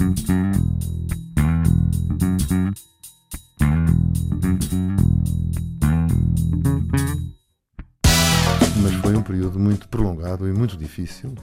Mas foi um período muito prolongado e muito difícil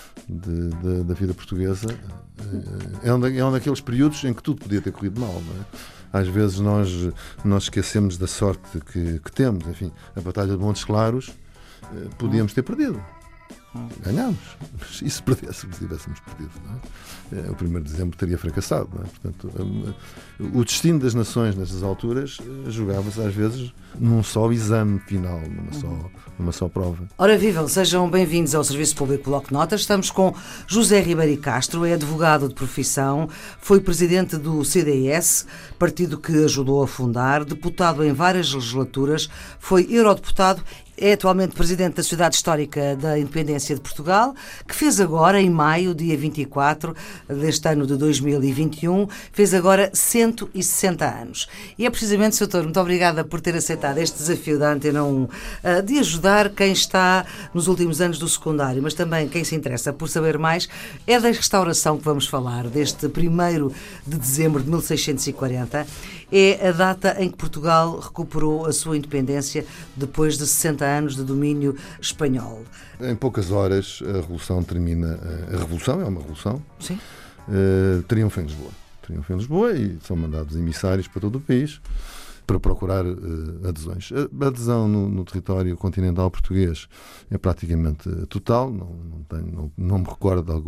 da vida portuguesa. É um daqueles períodos em que tudo podia ter corrido mal, não é? Às vezes nós esquecemos da sorte que temos. Enfim, a Batalha de Montes Claros podíamos ter perdido. Ganhámos. E se tivéssemos perdido, não é? O 1º de dezembro teria fracassado, não é? Portanto, o destino das nações nestas alturas jogava-se às vezes num só exame final, numa só prova. Ora vivam, sejam bem-vindos ao Serviço Público Bloco de Notas. Estamos com José Ribeiro Castro, é advogado de profissão, foi presidente do CDS, partido que ajudou a fundar, deputado em várias legislaturas, foi eurodeputado. É atualmente presidente da Sociedade Histórica da Independência de Portugal, que fez agora, em maio, dia 24 deste ano de 2021, fez agora 160 anos. E é precisamente, Sr. Doutor, muito obrigada por ter aceitado este desafio da Antena 1, de ajudar quem está nos últimos anos do secundário, mas também quem se interessa por saber mais. É da restauração que vamos falar, deste 1º de dezembro de 1640. É a data em que Portugal recuperou a sua independência depois de 60 anos de domínio espanhol. Em poucas horas a Revolução termina. A Revolução é uma revolução. Sim. Triunfa em Lisboa. Triunfa em Lisboa e são mandados emissários para todo o país para procurar adesões. A adesão no território continental português é praticamente total. Não me recordo de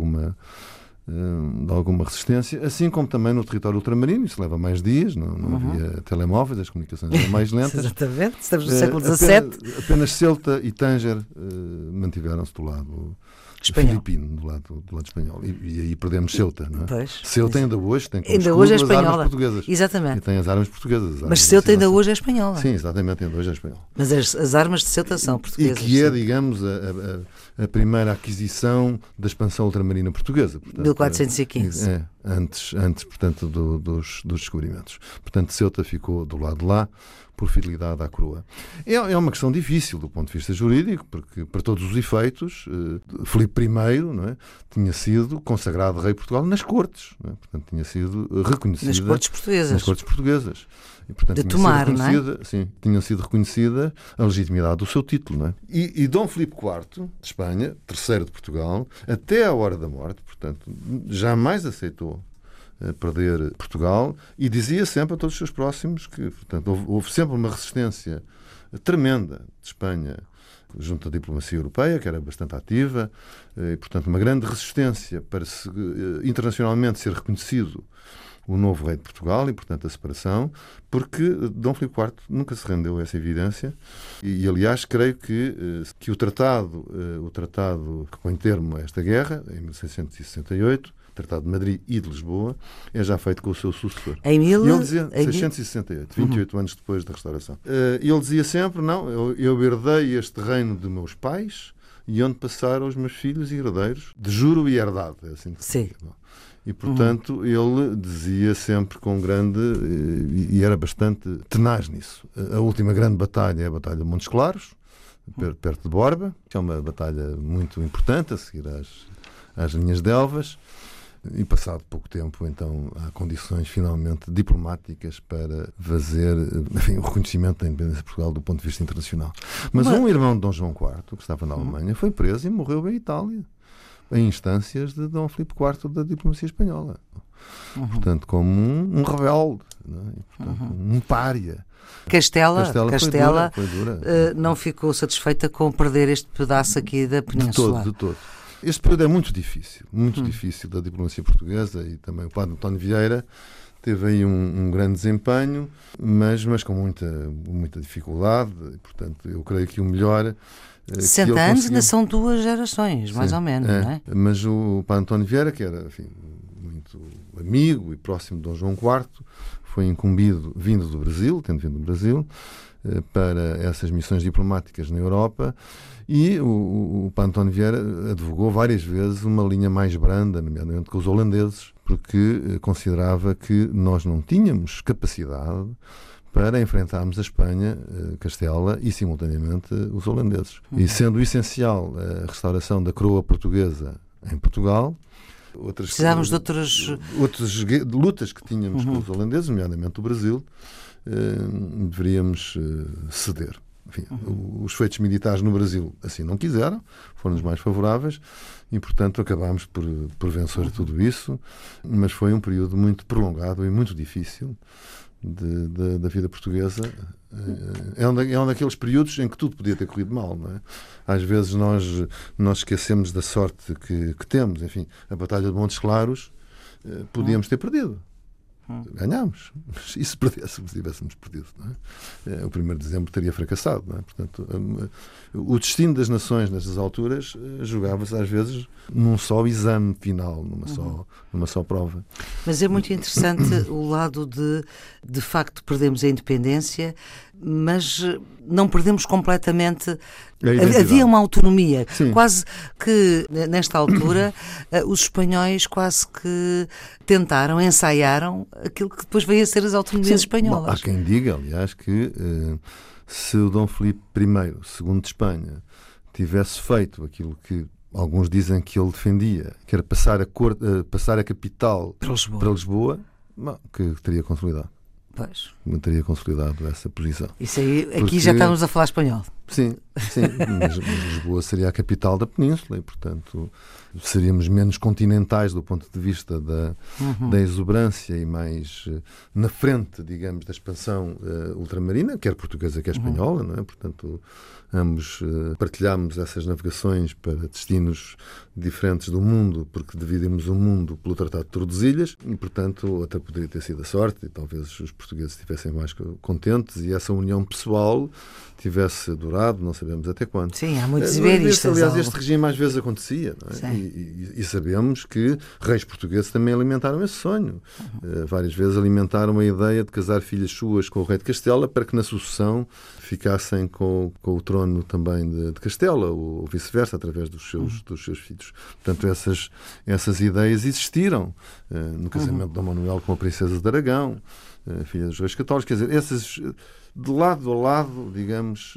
alguma resistência, assim como também no território ultramarino. Isso leva mais dias, não havia telemóveis, as comunicações eram mais lentas. Exatamente, estamos no século XVII. Apenas Ceuta e Tânger mantiveram-se do lado espanhol. Filipino, do lado espanhol. E aí perdemos Ceuta, não é? Pois, Ceuta ainda hoje tem como ainda hoje é as armas espanhola. Portuguesas. Exatamente. E tem as armas portuguesas. Mas Ceuta ainda hoje é espanhola. Sim, exatamente, ainda hoje é espanhola. Mas as armas de Ceuta são portuguesas. E que é, digamos, a primeira aquisição da expansão ultramarina portuguesa. Portanto, 1415. Antes portanto, dos descobrimentos. Portanto, Ceuta ficou do lado de lá por fidelidade à coroa. É uma questão difícil do ponto de vista jurídico, porque, para todos os efeitos, Filipe I, não é, tinha sido consagrado rei de Portugal nas cortes. Não é? Portanto, tinha sido reconhecido nas cortes portuguesas. E, portanto, de tomar, não é? Sim, tinha sido reconhecida a legitimidade do seu título. Não é? E Dom Filipe IV, de Espanha, terceiro de Portugal, até à hora da morte, portanto, jamais aceitou perder Portugal e dizia sempre a todos os seus próximos que, portanto, houve sempre uma resistência tremenda de Espanha junto à diplomacia europeia, que era bastante ativa, e, portanto, uma grande resistência para internacionalmente ser reconhecido o novo rei de Portugal e, portanto, a separação, porque Dom Filipe IV nunca se rendeu a essa evidência e aliás, creio que o tratado que põe termo a esta guerra, em 1668, Tratado de Madrid e de Lisboa, é já feito com o seu sucessor. Em ele dizia, 668, 28 anos depois da restauração. Ele dizia sempre, não, eu herdei este reino de meus pais e onde passaram os meus filhos e herdeiros, de juro e herdade. É assim que se diz. E, portanto, ele dizia sempre com grande... e era bastante tenaz nisso. A última grande batalha é a Batalha de Montes Claros, perto de Borba, que é uma batalha muito importante, a seguir às linhas de Elvas. E passado pouco tempo, então, há condições finalmente diplomáticas para fazer, enfim, o reconhecimento da independência de Portugal do ponto de vista internacional. Mas um irmão de Dom João IV, que estava na Alemanha, foi preso e morreu em Itália, em instâncias de Dom Filipe IV da diplomacia espanhola. Portanto, como um rebelde, não é? E, portanto, um pária. Castela foi dura. Não ficou satisfeita com perder este pedaço aqui da península. De todo. Este período é muito difícil da diplomacia portuguesa e também o padre António Vieira teve aí um grande desempenho, mas com muita dificuldade. E, portanto, eu creio que o melhor... 60 anos ainda são 2 gerações, mais ou menos, não é? Mas o padre António Vieira, que era, enfim, muito amigo e próximo de Dom João IV, foi incumbido, tendo vindo do Brasil, para essas missões diplomáticas na Europa, e o padre António Vieira advogou várias vezes uma linha mais branda, nomeadamente com os holandeses, porque considerava que nós não tínhamos capacidade para enfrentarmos a Espanha, Castela e, simultaneamente, os holandeses. E sendo essencial a restauração da coroa portuguesa em Portugal, Precisávamos de outras lutas que tínhamos com os holandeses, nomeadamente o Brasil, deveríamos ceder. Enfim, os feitos militares no Brasil assim não quiseram, foram os mais favoráveis e, portanto, acabámos por vencer tudo isso, mas foi um período muito prolongado e muito difícil da vida portuguesa. É um daqueles períodos em que tudo podia ter corrido mal, não é? Às vezes nós esquecemos da sorte que temos. Enfim, a Batalha de Montes Claros podíamos ter perdido. Ganhámos. Mas e se tivéssemos perdido? Não é? O 1º de dezembro teria fracassado. Não é? Portanto, o destino das nações nestas alturas jogava-se às vezes num só exame final, numa só prova. Mas é muito interessante o lado de facto, perdemos a independência, mas não perdemos completamente. Havia uma autonomia. Sim. Quase que, nesta altura, os espanhóis quase que tentaram, ensaiaram aquilo que depois veio a ser as autonomias espanholas. Bom, há quem diga, aliás, que se o Dom Filipe I, segundo de Espanha, tivesse feito aquilo que alguns dizem que ele defendia, que era passar a capital para Lisboa, que teria consolidado. Pois. Não teria consolidado essa posição. Isso aí, aqui já estamos a falar espanhol. Sim, mas Lisboa seria a capital da península e, portanto, seríamos menos continentais do ponto de vista da exuberância e mais na frente, digamos, da expansão ultramarina, quer portuguesa, quer espanhola, não é? Portanto, ambos partilhámos essas navegações para destinos diferentes do mundo, porque dividimos o mundo pelo Tratado de Tordesilhas e, portanto, até poderia ter sido a sorte e talvez os portugueses estivessem mais contentes e essa união pessoal tivesse durado, não sabemos até quando. Sim, há muitos iberistas. Aliás, este regime às vezes acontecia, não é? E sabemos que reis portugueses também alimentaram esse sonho. Várias vezes alimentaram a ideia de casar filhas suas com o rei de Castela para que na sucessão ficassem com o trono também de Castela, ou vice-versa, através dos seus filhos. Portanto, essas ideias existiram no casamento de Dom Manuel com a princesa de Aragão, filha dos reis católicos. Quer dizer, essas, de lado a lado, digamos,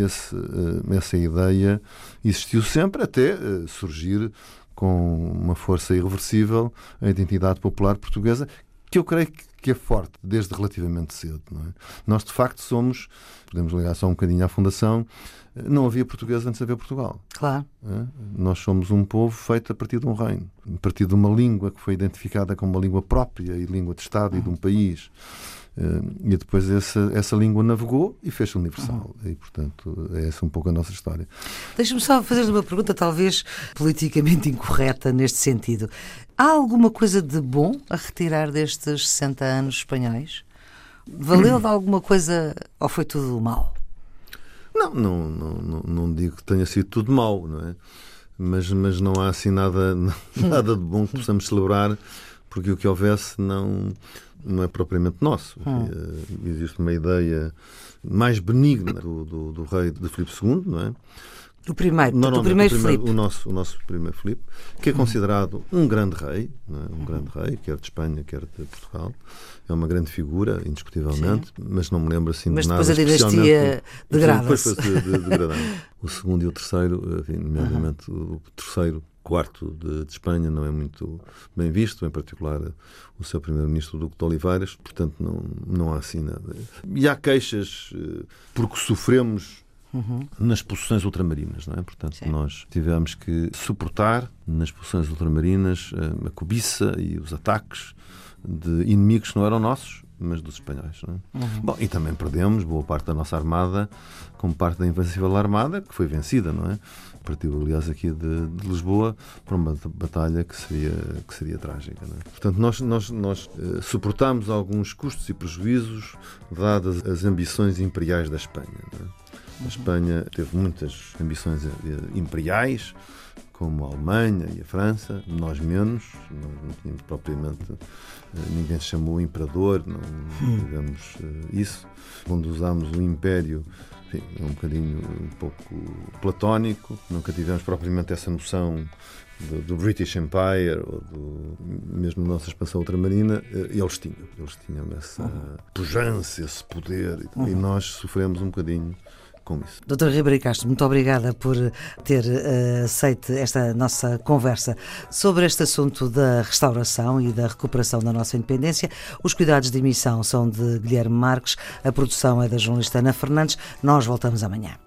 essa ideia existiu sempre até surgir com uma força irreversível a identidade popular portuguesa, que eu creio que é forte desde relativamente cedo. Não é? Nós, de facto, podemos ligar só um bocadinho à fundação, não havia português antes de haver Portugal. Claro. Nós somos um povo feito a partir de um reino, a partir de uma língua que foi identificada como uma língua própria e língua de Estado e de um país. E depois essa língua navegou e fez-se universal. E, portanto, é essa um pouco a nossa história. Deixa-me só fazer uma pergunta, talvez politicamente incorreta neste sentido. Há alguma coisa de bom a retirar destes 60 anos espanhóis? Valeu de alguma coisa ou foi tudo mau? Não digo que tenha sido tudo mau, não é? Mas não há assim nada de bom que possamos celebrar, porque o que houvesse não é propriamente nosso. Existe uma ideia mais benigna do rei de Filipe II, não é? Do primeiro Filipe. O nosso primeiro Filipe, que é considerado um grande rei, não é? Um grande rei, quer de Espanha, quer de Portugal. É uma grande figura, indiscutivelmente, mas não me lembro assim de nada. Mas depois a dinastia degrada-se. Depois foi degradando. O segundo e o terceiro, enfim, nomeadamente o terceiro, quarto de Espanha, não é muito bem visto, em particular o seu primeiro-ministro, o Duque de Oliveiras, portanto não há assim nada. E há queixas porque sofremos nas posições ultramarinas, não é? Portanto, sim, nós tivemos que suportar nas posições ultramarinas a cobiça e os ataques de inimigos que não eram nossos, mas dos espanhóis, não é? Bom, e também perdemos boa parte da nossa armada como parte da Invencível Armada, que foi vencida, não é? Partiu, aliás, aqui de Lisboa para uma batalha que seria trágica, não é? Portanto, nós suportámos alguns custos e prejuízos dadas as ambições imperiais da Espanha, não é? A Espanha teve muitas ambições imperiais, como a Alemanha e a França, nós menos, nós não tínhamos propriamente, ninguém se chamou imperador, não tivemos isso. Quando usámos o império, enfim, é um pouco platónico, nunca tivemos propriamente essa noção do British Empire ou mesmo da nossa expansão ultramarina. Eles tinham essa pujança, esse poder, e nós sofremos um bocadinho com isso. Dr. Ribeiro Castro, muito obrigada por ter aceito esta nossa conversa sobre este assunto da restauração e da recuperação da nossa independência. Os cuidados de emissão são de Guilherme Marques, a produção é da jornalista Ana Fernandes. Nós voltamos amanhã.